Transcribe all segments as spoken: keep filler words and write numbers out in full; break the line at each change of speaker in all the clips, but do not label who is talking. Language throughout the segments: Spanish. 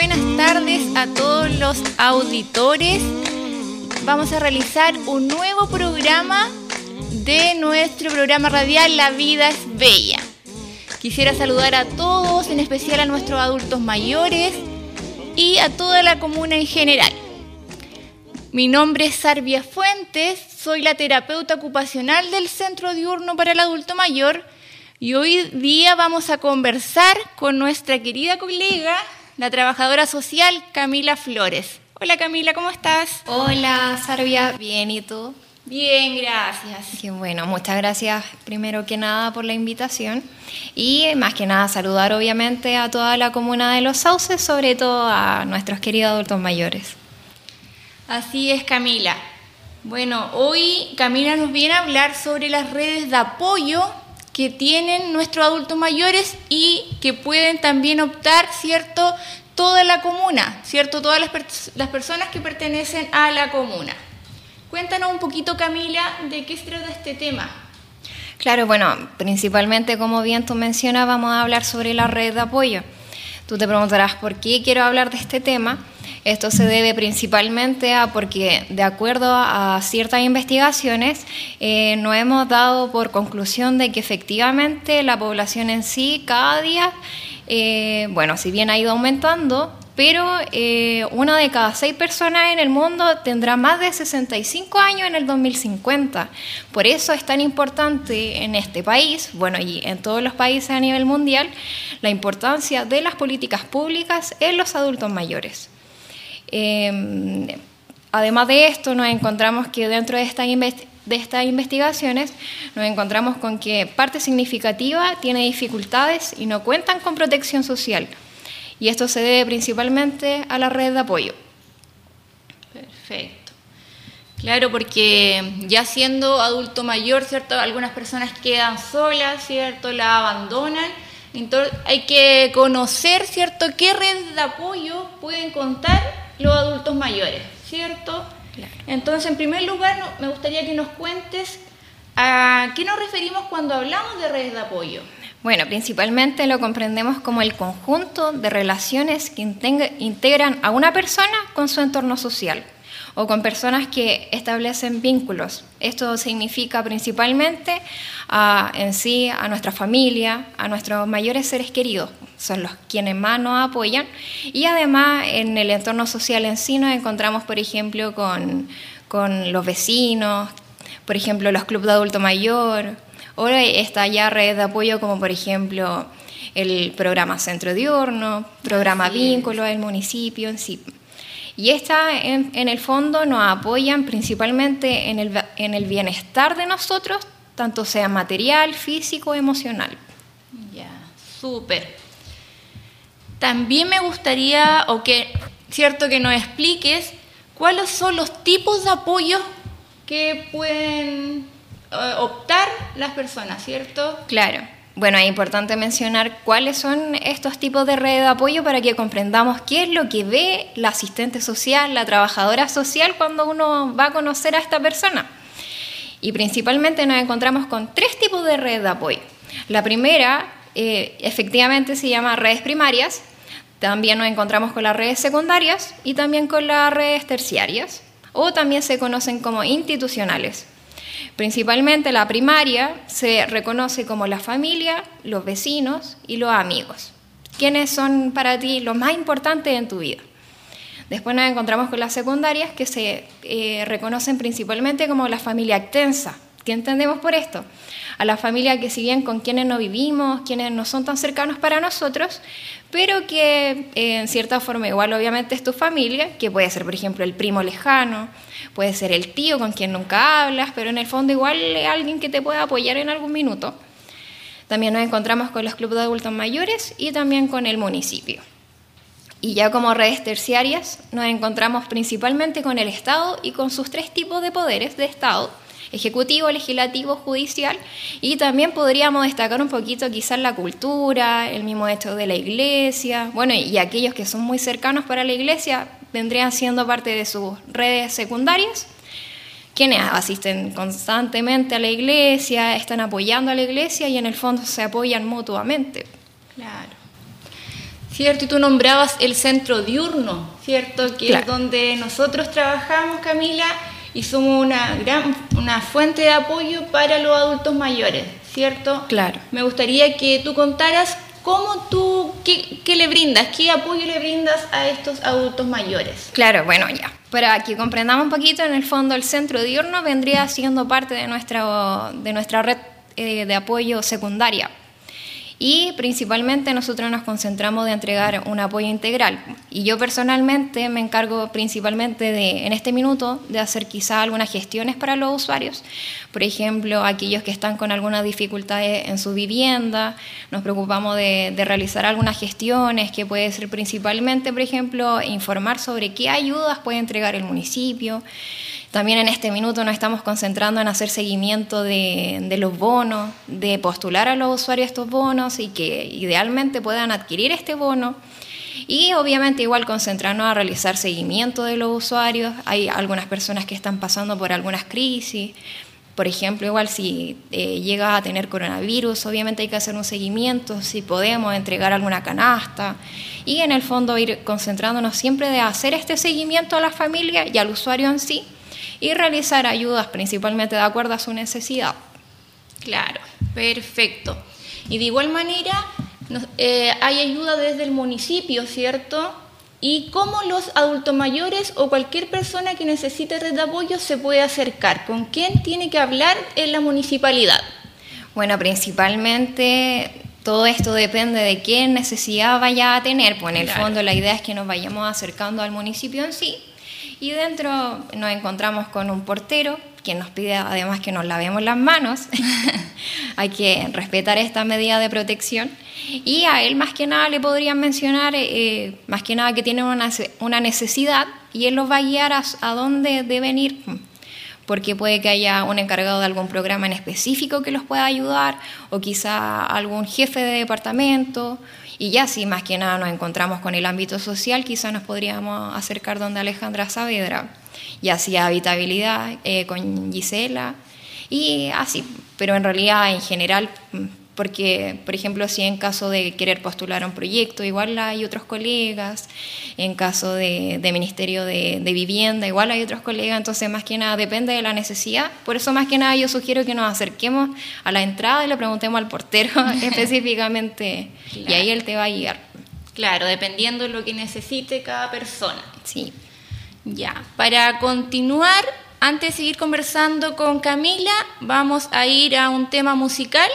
buenas tardes a todos los auditores. Vamos a realizar un nuevo programa de nuestro programa radial La Vida es Bella. Quisiera saludar a todos, en especial a nuestros adultos mayores y a toda la comuna en general. Mi nombre es Sarvia Fuentes, soy la terapeuta ocupacional del Centro Diurno para el Adulto Mayor y hoy día vamos a conversar con nuestra querida colega, la trabajadora social Camila Flores. Hola Camila, ¿cómo estás?
Hola Sarvia, bien, ¿y tú?
Bien, gracias.
Qué bueno, muchas gracias primero que nada por la invitación y más que nada saludar obviamente a toda la comuna de Los Sauces, sobre todo a nuestros queridos adultos mayores.
Así es, Camila. Bueno, hoy Camila nos viene a hablar sobre las redes de apoyo que tienen nuestros adultos mayores y que pueden también optar, ¿cierto?, toda la comuna, ¿cierto?, todas las, per- las personas que pertenecen a la comuna. Cuéntanos un poquito, Camila, de qué se trata este tema.
Claro, bueno, principalmente, como bien tú mencionas, vamos a hablar sobre la red de apoyo. Tú te preguntarás por qué quiero hablar de este tema. Esto se debe principalmente a porque, de acuerdo a ciertas investigaciones, eh, nos hemos dado por conclusión de que efectivamente la población en sí cada día, eh, bueno, si bien ha ido aumentando, pero eh, una de cada seis personas en el mundo tendrá más de sesenta y cinco años en el dos mil cincuenta. Por eso es tan importante en este país, bueno, y en todos los países a nivel mundial, la importancia de las políticas públicas en los adultos mayores. Eh, además de esto, nos encontramos que dentro de, esta invest- de estas investigaciones nos encontramos con que parte significativa tiene dificultades y no cuentan con protección social. Y esto se debe principalmente a la red de apoyo.
Perfecto. Claro, porque ya siendo adulto mayor, ¿cierto?, algunas personas quedan solas, ¿cierto?, la abandonan. Entonces hay que conocer, ¿cierto?, qué red de apoyo pueden contar los adultos mayores, ¿cierto?
Claro.
Entonces, en primer lugar, no, me gustaría que nos cuentes a qué nos referimos cuando hablamos de redes de apoyo.
Bueno, principalmente lo comprendemos como el conjunto de relaciones que integran a una persona con su entorno social o con personas que establecen vínculos. Esto significa principalmente a, en sí a nuestra familia, a nuestros mayores seres queridos, son los quienes más nos apoyan, y además en el entorno social en sí nos encontramos, por ejemplo, con, con los vecinos, por ejemplo, los clubes de adulto mayor. Ahora está ya red de apoyo como por ejemplo el programa Centro Diurno, programa
Así
Vínculo del municipio en sí. Y esta en, en el fondo nos apoyan principalmente en el, en el bienestar de nosotros, tanto sea material, físico, emocional.
Ya, súper. También me gustaría, o que, cierto, que nos expliques cuáles son los tipos de apoyo que pueden optar las personas, ¿cierto?
Claro. Bueno, es importante mencionar cuáles son estos tipos de redes de apoyo para que comprendamos qué es lo que ve la asistente social, la trabajadora social cuando uno va a conocer a esta persona. Y principalmente nos encontramos con tres tipos de redes de apoyo. La primera, eh, efectivamente, se llama redes primarias. También nos encontramos con las redes secundarias y también con las redes terciarias, o también se conocen como institucionales. Principalmente la primaria se reconoce como la familia, los vecinos y los amigos, quienes son para ti los más importantes en tu vida. Después nos encontramos con las secundarias, que se eh, reconocen principalmente como la familia extensa. ¿Qué entendemos por esto? A la familia que, si bien con quienes no vivimos, quienes no son tan cercanos para nosotros, pero que eh, en cierta forma igual obviamente es tu familia, que puede ser por ejemplo el primo lejano, puede ser el tío con quien nunca hablas, pero en el fondo igual es alguien que te puede apoyar en algún minuto. También nos encontramos con los clubes de adultos mayores y también con el municipio. Y ya como redes terciarias nos encontramos principalmente con el Estado y con sus tres tipos de poderes de Estado: ejecutivo, legislativo, judicial, y también podríamos destacar un poquito quizás la cultura, el mismo hecho de la iglesia, bueno, y aquellos que son muy cercanos para la iglesia vendrían siendo parte de sus redes secundarias, quienes asisten constantemente a la iglesia, están apoyando a la iglesia y en el fondo se apoyan mutuamente.
Claro. ¿cierto? Y tú nombrabas el centro diurno, ¿cierto? Que
claro.
es donde nosotros trabajamos, Camila, y somos una gran una fuente de apoyo para los adultos mayores, ¿cierto?
Claro.
Me gustaría que tú contaras cómo tú, qué, qué le brindas, qué apoyo le brindas a estos adultos mayores.
Claro, bueno, ya. Para que comprendamos un poquito, en el fondo el centro diurno vendría siendo parte de nuestra, de nuestra red eh, de apoyo secundaria. Y principalmente nosotros nos concentramos de entregar un apoyo integral. Y yo personalmente me encargo principalmente de, en este minuto, de hacer quizá algunas gestiones para los usuarios. Por ejemplo, aquellos que están con algunas dificultades en su vivienda, nos preocupamos de, de realizar algunas gestiones, que puede ser principalmente, por ejemplo, informar sobre qué ayudas puede entregar el municipio. También en este minuto nos estamos concentrando en hacer seguimiento de, de los bonos, de postular a los usuarios estos bonos y que idealmente puedan adquirir este bono. Y obviamente igual concentrarnos a realizar seguimiento de los usuarios. Hay algunas personas que están pasando por algunas crisis. Por ejemplo, igual si eh, llega a tener coronavirus, obviamente hay que hacer un seguimiento, si podemos entregar alguna canasta. Y en el fondo ir concentrándonos siempre de hacer este seguimiento a la familia y al usuario en sí, y realizar ayudas principalmente de acuerdo a su necesidad.
Claro, perfecto. Y de igual manera nos, eh, hay ayuda desde el municipio, ¿cierto? ¿Y cómo los adultos mayores o cualquier persona que necesite red de apoyo se puede acercar? ¿Con quién tiene que hablar en la municipalidad?
Bueno, principalmente todo esto depende de qué necesidad vaya a tener. Pues en el
Claro.
fondo la idea es que nos vayamos acercando al municipio en sí. Y dentro nos encontramos con un portero, quien nos pide además que nos lavemos las manos. Hay que respetar esta medida de protección. Y a él más que nada le podrían mencionar, eh, más que nada que tienen una, una necesidad, y él los va a guiar a, a dónde deben ir, porque puede que haya un encargado de algún programa en específico que los pueda ayudar, o quizá algún jefe de departamento. Y ya si más que nada nos encontramos con el ámbito social, quizás nos podríamos acercar donde Alejandra Saavedra, y así habitabilidad eh, con Gisela, y así. Pero en realidad, en general, porque, por ejemplo, si en caso de querer postular a un proyecto, igual hay otros colegas, en caso de, de Ministerio de, de Vivienda, igual hay otros colegas, entonces más que nada depende de la necesidad. Por eso más que nada yo sugiero que nos acerquemos a la entrada y le preguntemos al portero específicamente, claro. Y ahí él te va a guiar.
Claro, dependiendo de lo que necesite cada persona.
Sí.
Ya, para continuar, antes de seguir conversando con Camila, vamos a ir a un tema musical.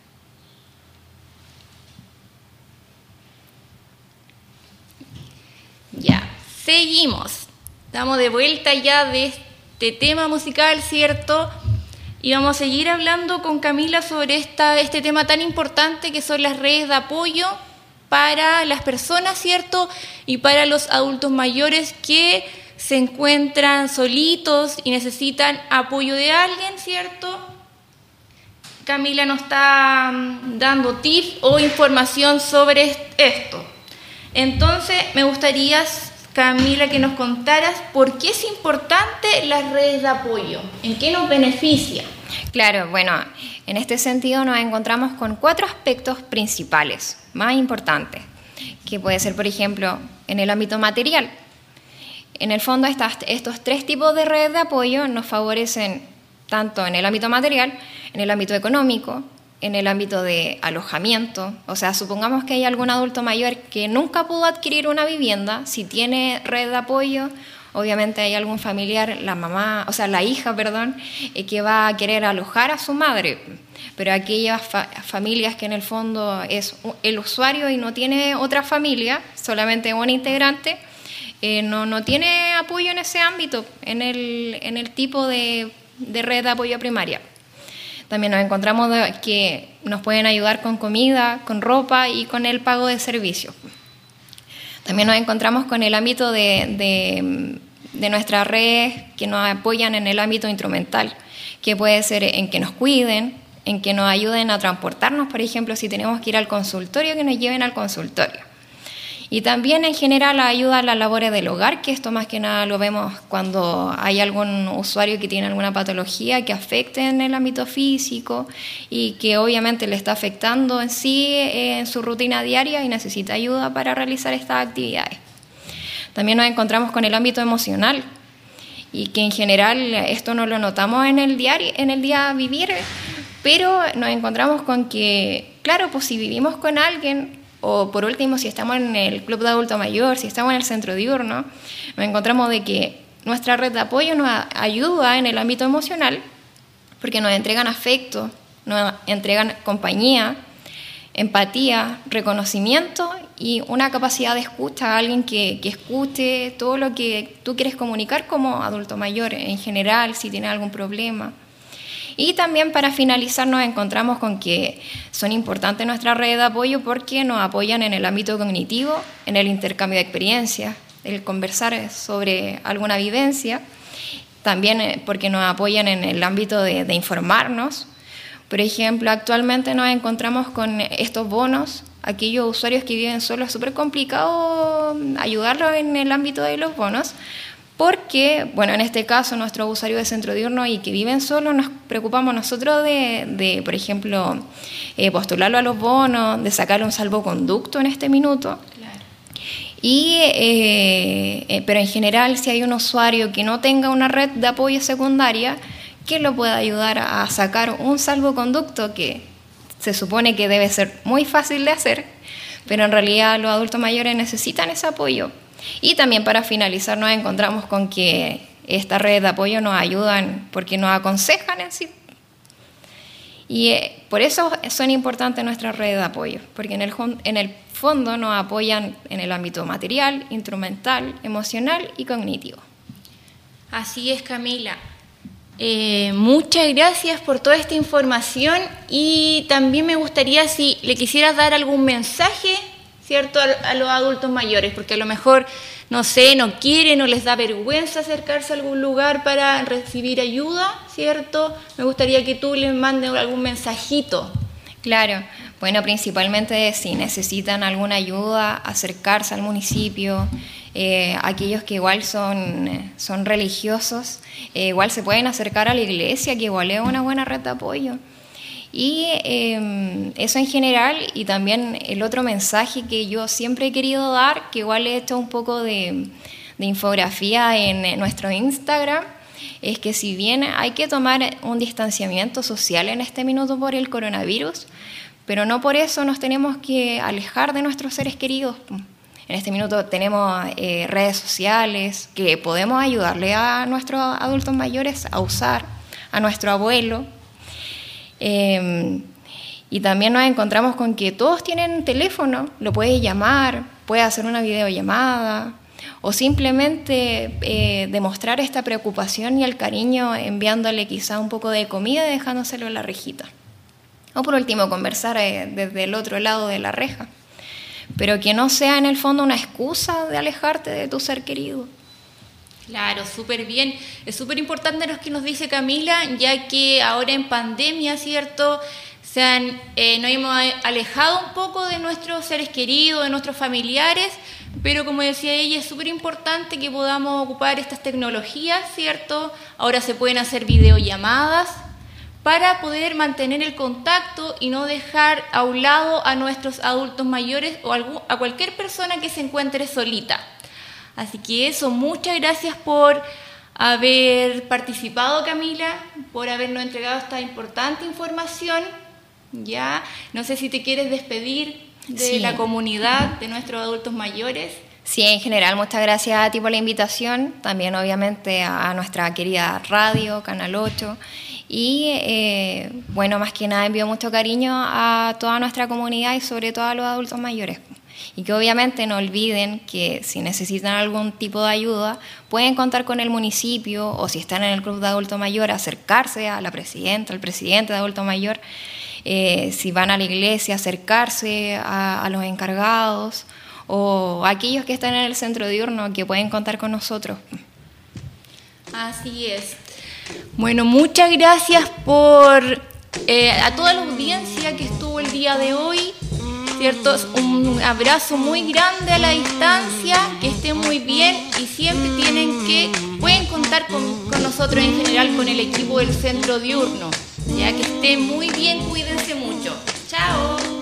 Ya, seguimos. Estamos de vuelta ya de este tema musical, ¿cierto? Y vamos a seguir hablando con Camila sobre esta, este tema tan importante que son las redes de apoyo para las personas, ¿cierto? Y para los adultos mayores que se encuentran solitos y necesitan apoyo de alguien, ¿cierto? Camila nos está dando tips o información sobre esto. Entonces, me gustaría, Camila, que nos contaras por qué es importante las redes de apoyo, en qué nos beneficia.
Claro, bueno, en este sentido nos encontramos con cuatro aspectos principales, más importantes, que puede ser, por ejemplo, en el ámbito material. En el fondo, estas, estos tres tipos de redes de apoyo nos favorecen tanto en el ámbito material, en el ámbito económico, en el ámbito de alojamiento. O sea, supongamos que hay algún adulto mayor que nunca pudo adquirir una vivienda. Si tiene red de apoyo, obviamente hay algún familiar, la mamá, o sea, la hija, perdón, eh, que va a querer alojar a su madre. Pero aquellas fa- familias que en el fondo es el usuario y no tiene otra familia, solamente un integrante, eh, no, no tiene apoyo en ese ámbito, en el, en el tipo de, de red de apoyo primaria. También nos encontramos de, que nos pueden ayudar con comida, con ropa y con el pago de servicios. También nos encontramos con el ámbito de, de, de nuestras redes que nos apoyan en el ámbito instrumental, que puede ser en que nos cuiden, en que nos ayuden a transportarnos, por ejemplo, si tenemos que ir al consultorio, que nos lleven al consultorio. Y también en general ayuda a las labores del hogar, que esto más que nada lo vemos cuando hay algún usuario que tiene alguna patología que afecte en el ámbito físico y que obviamente le está afectando en sí eh, en su rutina diaria y necesita ayuda para realizar estas actividades. También nos encontramos con el ámbito emocional y que en general esto no lo notamos en el diario, en el día a vivir, pero nos encontramos con que, claro, pues si vivimos con alguien, o por último, si estamos en el club de adulto mayor, si estamos en el centro diurno, nos encontramos de que nuestra red de apoyo nos ayuda en el ámbito emocional porque nos entregan afecto, nos entregan compañía, empatía, reconocimiento y una capacidad de escucha a alguien que, que escuche todo lo que tú quieres comunicar como adulto mayor en general, si tienes algún problema. Y también para finalizar nos encontramos con que son importantes nuestras redes de apoyo porque nos apoyan en el ámbito cognitivo, en el intercambio de experiencias, el conversar sobre alguna vivencia, también porque nos apoyan en el ámbito de, de informarnos. Por ejemplo, actualmente nos encontramos con estos bonos. Aquellos usuarios que viven solos es súper complicado ayudarlos en el ámbito de los bonos, porque, bueno, en este caso, nuestros usuarios de centro diurno y que viven solos, nos preocupamos nosotros de, de por ejemplo, eh, postularlo a los bonos, de sacarle un salvoconducto en este minuto. Claro. Y, eh, eh, pero en general, si hay un usuario que no tenga una red de apoyo secundaria, que lo pueda ayudar a sacar un salvoconducto que se supone que debe ser muy fácil de hacer, pero en realidad los adultos mayores necesitan ese apoyo. Y también para finalizar nos encontramos con que estas redes de apoyo nos ayudan porque nos aconsejan en sí. Y eh, por eso son importantes nuestras redes de apoyo, porque en el, en el fondo nos apoyan en el ámbito material, instrumental, emocional y cognitivo.
Así es, Camila. Eh, muchas gracias por toda esta información y también me gustaría si le quisieras dar algún mensaje, ¿cierto?, a, a los adultos mayores, porque a lo mejor, no sé, no quieren o les da vergüenza acercarse a algún lugar para recibir ayuda, ¿cierto? Me gustaría que tú les mandes algún mensajito.
Claro, bueno, principalmente si necesitan alguna ayuda, acercarse al municipio. Eh, aquellos que igual son, son religiosos, eh, igual se pueden acercar a la iglesia, que igual es una buena red de apoyo. Y eh, eso en general, y también el otro mensaje que yo siempre he querido dar, que igual he hecho un poco de, de infografía en nuestro Instagram, es que si bien hay que tomar un distanciamiento social en este minuto por el coronavirus, pero no por eso nos tenemos que alejar de nuestros seres queridos. En este minuto tenemos eh, redes sociales que podemos ayudarle a nuestros adultos mayores a usar, a nuestro abuelo. Eh, y también nos encontramos con que todos tienen teléfono, lo puedes llamar, puedes hacer una videollamada o simplemente eh, demostrar esta preocupación y el cariño enviándole quizá un poco de comida y dejándoselo en la rejita. O por último, conversar eh, desde el otro lado de la reja. Pero que no sea en el fondo una excusa de alejarte de tu ser querido.
Claro, súper bien. Es súper importante lo que nos dice Camila, ya que ahora en pandemia, ¿cierto?, se han, eh, nos hemos alejado un poco de nuestros seres queridos, de nuestros familiares, pero como decía ella, es súper importante que podamos ocupar estas tecnologías, ¿cierto? Ahora se pueden hacer videollamadas para poder mantener el contacto y no dejar a un lado a nuestros adultos mayores o a cualquier persona que se encuentre solita. Así que eso, muchas gracias por haber participado, Camila, por habernos entregado esta importante información. Ya, no sé si te quieres despedir de sí. la comunidad, de nuestros adultos mayores.
Sí, en general, muchas gracias a ti por la invitación, también obviamente a nuestra querida radio, Canal ocho, y eh, bueno, más que nada envío mucho cariño a toda nuestra comunidad y sobre todo a los adultos mayores. Y que obviamente no olviden que si necesitan algún tipo de ayuda, pueden contar con el municipio o si están en el club de adulto mayor, acercarse a la presidenta, al presidente de adulto mayor, eh, si van a la iglesia, acercarse a, a los encargados o a aquellos que están en el centro diurno que pueden contar con nosotros.
Así es. Bueno, muchas gracias por eh, a toda la audiencia que estuvo el día de hoy. ¿cierto? Un abrazo muy grande a la distancia, que estén muy bien y siempre tienen que, pueden contar con, con nosotros en general, con el equipo del centro diurno. Ya que estén muy bien, cuídense mucho. Chao.